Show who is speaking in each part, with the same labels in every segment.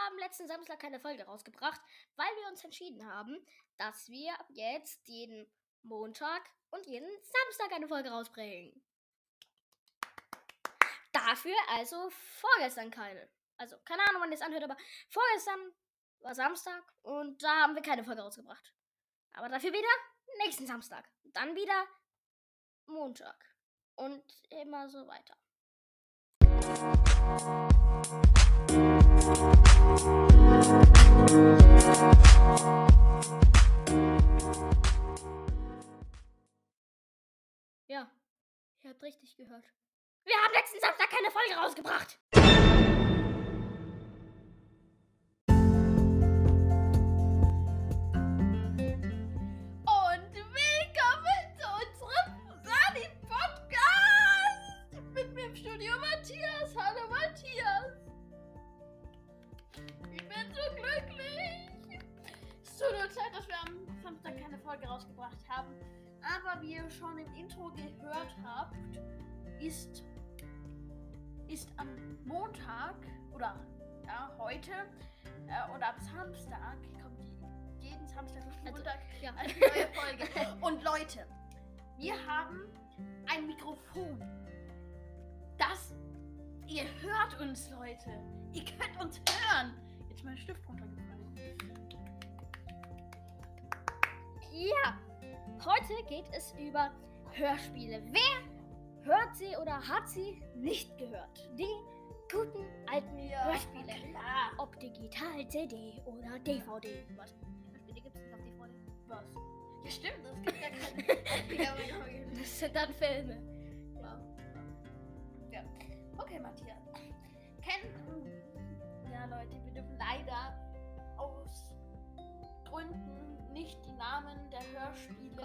Speaker 1: haben letzten Samstag keine Folge rausgebracht, weil wir uns entschieden haben, dass wir ab jetzt jeden Montag und jeden Samstag eine Folge rausbringen. Dafür also vorgestern keine. Also keine Ahnung, wann ihr es anhört, aber vorgestern war Samstag und da haben wir keine Folge rausgebracht. Aber dafür wieder nächsten Samstag. Dann wieder Montag. Und immer so weiter. Ja, ihr habt richtig gehört. Wir haben letzten Samstag keine Folge rausgebracht.
Speaker 2: Und willkommen zu unserem Sani-Podcast mit mir im Studio Matthias. Hallo Matthias. Ich bin so glücklich. Es tut uns leid, dass wir am Samstag keine Folge rausgebracht haben. Aber wie ihr schon im Intro gehört habt, ist am Montag oder heute oder am Samstag kommt jeden Samstag und Montag eine neue Folge. Und Leute, wir haben ein Mikrofon. Ihr hört uns, Leute. Ihr könnt uns hören. Jetzt ist mein Stift runtergefallen.
Speaker 1: Ja, heute geht es über Hörspiele. Wer hört sie oder hat sie nicht gehört? Die guten alten Hörspiele.
Speaker 2: Klar.
Speaker 1: Ob digital, CD oder DVD. Was? Hörspiele gibt es nicht auf DVD.
Speaker 2: Was? Ja, stimmt. Das gibt ja keine.
Speaker 1: Das sind dann Filme.
Speaker 2: Ja. Okay, Matthias. Ja, Leute, wir dürfen leider aus Gründen nicht die Namen der Hörspiele.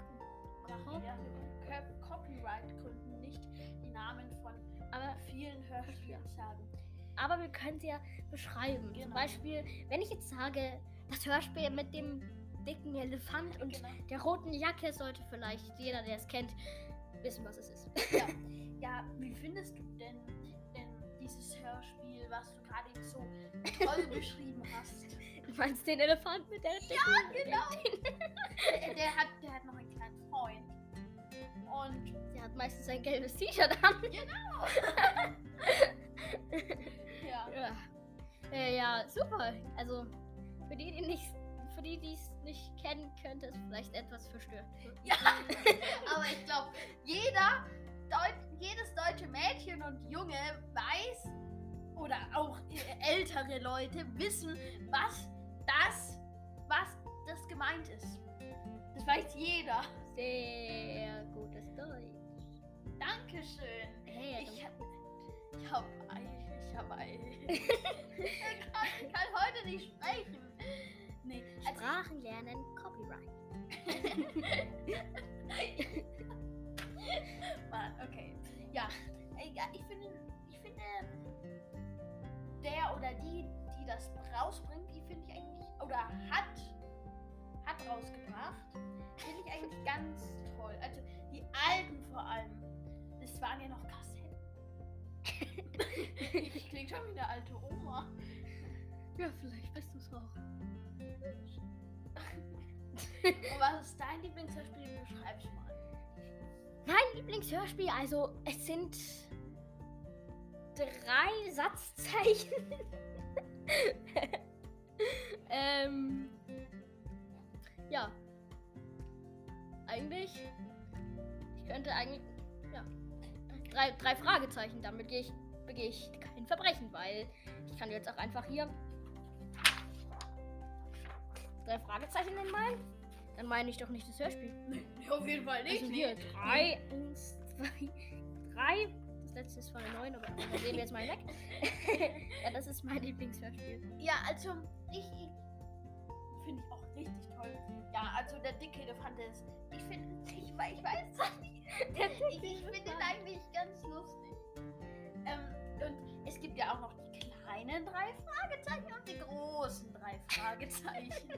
Speaker 2: Copyright-Gründen nicht die Namen von vielen Hörspielen sagen.
Speaker 1: Aber wir können sie ja beschreiben.
Speaker 2: Genau.
Speaker 1: Zum Beispiel, wenn ich jetzt sage, das Hörspiel mit dem dicken Elefant und der roten Jacke, sollte vielleicht jeder, der es kennt, wissen, was es ist.
Speaker 2: Ja, wie findest du denn dieses Hörspiel, was du gerade so toll beschrieben hast?
Speaker 1: Du meinst den Elefant mit der dicken?
Speaker 2: Ja, genau. Der hat noch einen kleinen Freund. Und
Speaker 1: der hat meistens ein gelbes T-Shirt an.
Speaker 2: genau.
Speaker 1: Ja, super. Also, für die, die es nicht kennen, könnte es vielleicht etwas verstört.
Speaker 2: Ja, aber ich glaube, jedes deutsche Mädchen und Junge weiß, oder auch ältere Leute wissen, was das gemeint ist. Das weiß jeder.
Speaker 1: Sehr gutes Deutsch.
Speaker 2: Dankeschön.
Speaker 1: Hey,
Speaker 2: Ich kann heute nicht sprechen. Nee,
Speaker 1: Sprachen lernen, Copyright.
Speaker 2: Mann, okay. Ja, ich finde, der oder die das rausbringt, die finde ich eigentlich, oder hat rausgebracht, finde ich eigentlich ganz toll. Also die alten vor allem, das waren ja noch Kassetten. Ich klinge schon wie eine alte Oma.
Speaker 1: Ja, vielleicht bist du es auch.
Speaker 2: Und was ist dein Lieblingshörspiel? Beschreib's mal.
Speaker 1: Mein Lieblingshörspiel, also es sind 3 Satzzeichen. Ja. Eigentlich. Ich könnte eigentlich. Ja. 3 Fragezeichen. Damit begehe ich kein Verbrechen, weil ich kann jetzt auch einfach hier 3 Fragezeichen hinmalen. Dann meine ich doch nicht das Hörspiel.
Speaker 2: Nee, auf jeden Fall nicht.
Speaker 1: Also hier 3, 1, 2, 3. Das letzte ist von der 9, aber da sehen wir jetzt mal weg. Ja, das ist mein Lieblingshörspiel.
Speaker 2: Ja, also ich finde ich auch richtig toll. Ja, also der dicke Elefant ist. Ich weiß es nicht. Ich finde ihn eigentlich ganz lustig. Und es gibt ja auch noch die kleinen 3 Fragezeichen und die großen 3 Fragezeichen.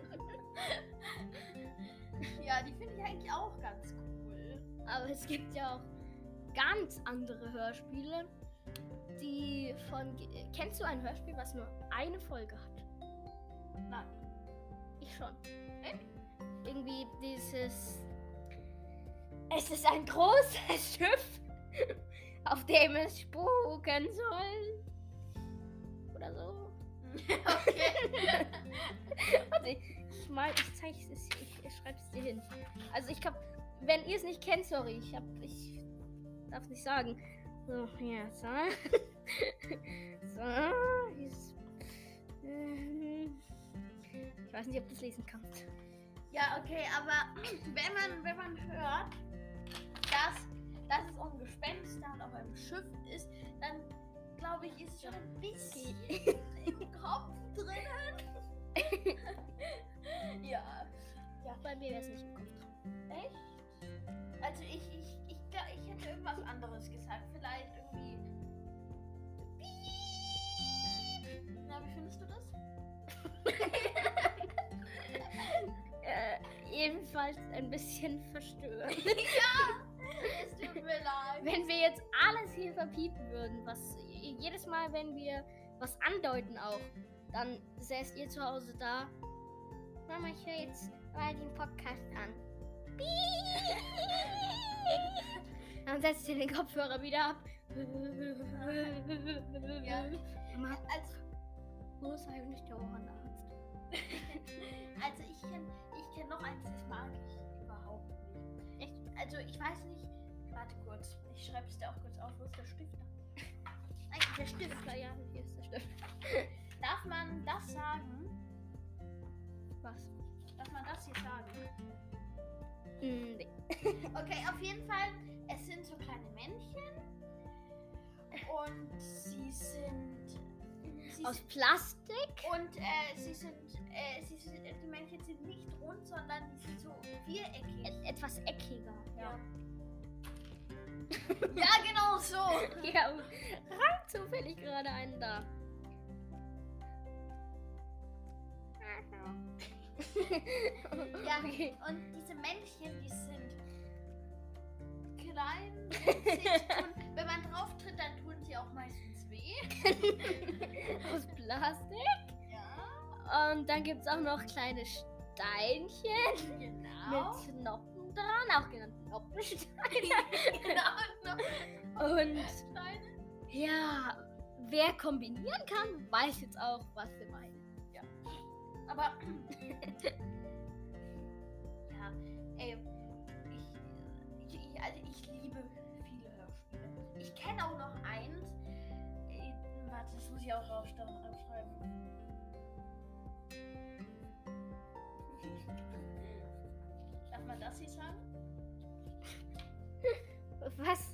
Speaker 2: Ja, die finde ich eigentlich auch ganz cool.
Speaker 1: Aber es gibt ja auch ganz andere Hörspiele. die von... Kennst du ein Hörspiel, was nur eine Folge hat?
Speaker 2: Nein.
Speaker 1: Ich schon.
Speaker 2: Echt?
Speaker 1: Irgendwie dieses... Es ist ein großes Schiff, auf dem es spuken soll. Oder so.
Speaker 2: Okay.
Speaker 1: Warte, ich zeig's es, ich schreib's dir hin. Also ich glaube, wenn ihr es nicht kennt, sorry, ich darf nicht sagen. So, ja, so. So. Ich weiß nicht, ob du es lesen kannst.
Speaker 2: Ja, okay, aber wenn man hört, dass es auch ein Gespenst da und auf einem Schiff ist, dann glaube ich, ist schon ein bisschen im Kopf drinnen. Ja.
Speaker 1: Ja, bei mir wäre es nicht im Kopf dran.
Speaker 2: Echt? Also ich hätte irgendwas anderes gesagt. Vielleicht irgendwie. Piep. Na, wie findest du das?
Speaker 1: Ebenfalls ein bisschen verstörend.
Speaker 2: Ja, es tut mir leid.
Speaker 1: Wenn wir jetzt alles hier verpiepen würden, was jedes Mal, wenn wir was andeuten auch, dann säßt ihr zu Hause da. Mama, ich höre jetzt mal den Podcast an. Dann setzt ihr den Kopfhörer wieder ab.
Speaker 2: Ja.
Speaker 1: Mama,
Speaker 2: Also,
Speaker 1: wo ist eigentlich der Ohrenarzt?
Speaker 2: also ich kenn noch eins, das mag ich überhaupt nicht. Echt? Also ich weiß nicht. Warte kurz. Ich schreibe es dir auch kurz auf. Wo ist der Stift? Eigentlich der Stift.
Speaker 1: Ja, hier ist der Stift.
Speaker 2: Darf man das sagen?
Speaker 1: Was?
Speaker 2: Darf man das hier sagen?
Speaker 1: Nee.
Speaker 2: Okay, auf jeden Fall. Es sind so kleine Männchen. Und sie sind
Speaker 1: Aus Plastik?
Speaker 2: Und die Männchen sind nicht rund, sondern die sind so viereckig.
Speaker 1: Etwas eckiger.
Speaker 2: Ja. Ja, genau so.
Speaker 1: Ja, rein zufällig gerade einen da.
Speaker 2: Ja,
Speaker 1: Okay.
Speaker 2: und diese Männchen, die sind klein, winzig und wenn man drauf tritt, dann tun sie auch meistens weh.
Speaker 1: Aus Plastik.
Speaker 2: Ja,
Speaker 1: Und dann gibt es auch noch kleine Steinchen
Speaker 2: genau.
Speaker 1: mit Noppen dran, auch genannt Noppensteine.
Speaker 2: Genau,
Speaker 1: Und
Speaker 2: Steine.
Speaker 1: ja, wer kombinieren kann, weiß jetzt auch, was wir meinen.
Speaker 2: Aber ja, ey, ich liebe viele Hörspiele. Ich kenne auch noch eins. Warte, das muss ich auch aufschreiben. Darf man das hier sagen?
Speaker 1: Was?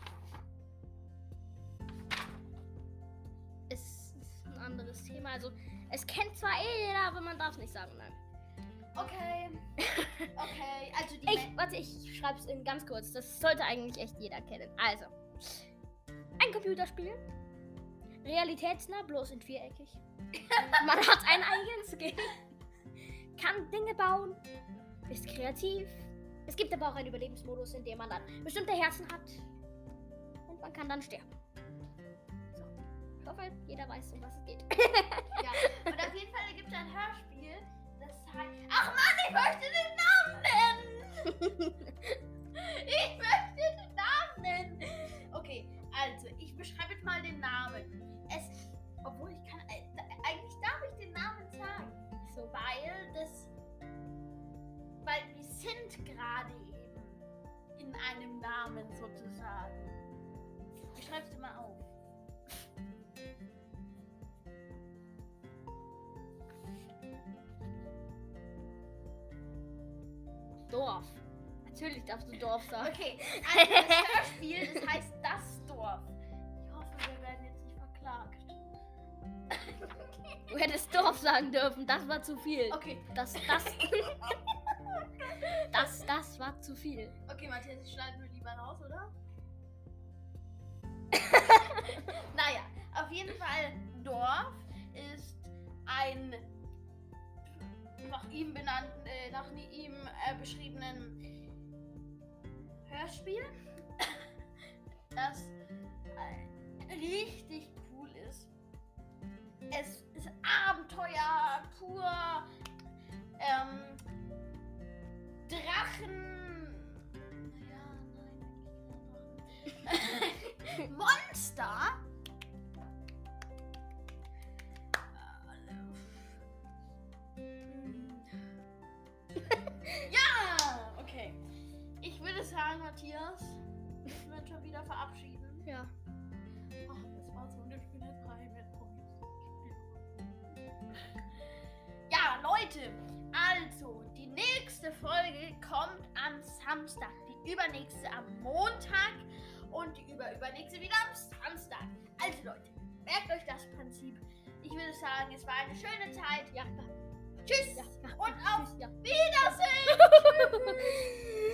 Speaker 1: Ist ein anderes Thema. Also, es kennt zwar jeder, aber man darf es nicht sagen, nein.
Speaker 2: Okay. Okay, also die
Speaker 1: Warte, ich schreib's in ganz kurz. Das sollte eigentlich echt jeder kennen. Also, ein Computerspiel. Realitätsnah, bloß in viereckig. Man hat einen eigenen Skin. Kann Dinge bauen. Ist kreativ. Es gibt aber auch einen Überlebensmodus, in dem man dann bestimmte Herzen hat. Und man kann dann sterben. So. Ich hoffe, jeder weiß, um was es geht.
Speaker 2: Ja, und auf jeden Fall gibt es ein Hörspiel, das heißt... Ach Mann, ich möchte den Namen nennen! Ich möchte den Namen nennen! Okay, also, ich beschreibe jetzt mal den Namen. Obwohl ich kann... eigentlich darf ich den Namen sagen.
Speaker 1: So.
Speaker 2: Weil wir sind gerade eben in einem Namen sozusagen. Ich schreib's dir mal auf.
Speaker 1: Dorf. Natürlich darfst du Dorf sagen.
Speaker 2: Okay, also das Hörspiel, das heißt Das Dorf. Ich hoffe, wir werden jetzt nicht verklagt.
Speaker 1: Du hättest Dorf sagen dürfen, das war zu viel.
Speaker 2: Okay,
Speaker 1: Das war zu viel.
Speaker 2: okay, Matthias, das schneiden wir lieber raus, oder? Naja, auf jeden Fall, Dorf ist ein nach ihm beschriebenen Hörspiel, das richtig cool ist. Es ist Abenteuer pur. Drachen. Naja, nein, eigentlich keine Drachen. Monster. Ja, okay. Ich würde sagen, Matthias, wir werden schon wieder verabschieden.
Speaker 1: Ja.
Speaker 2: Ach, das war so eine schöne Zeit mit uns. Ja, Leute, also die nächste Folge kommt am Samstag, die übernächste am Montag und die übernächste wieder am Samstag. Also Leute, merkt euch das Prinzip. Ich würde sagen, es war eine schöne Zeit.
Speaker 1: Ja.
Speaker 2: Tschüss
Speaker 1: Ja.
Speaker 2: und auf
Speaker 1: Ja.
Speaker 2: Wiedersehen.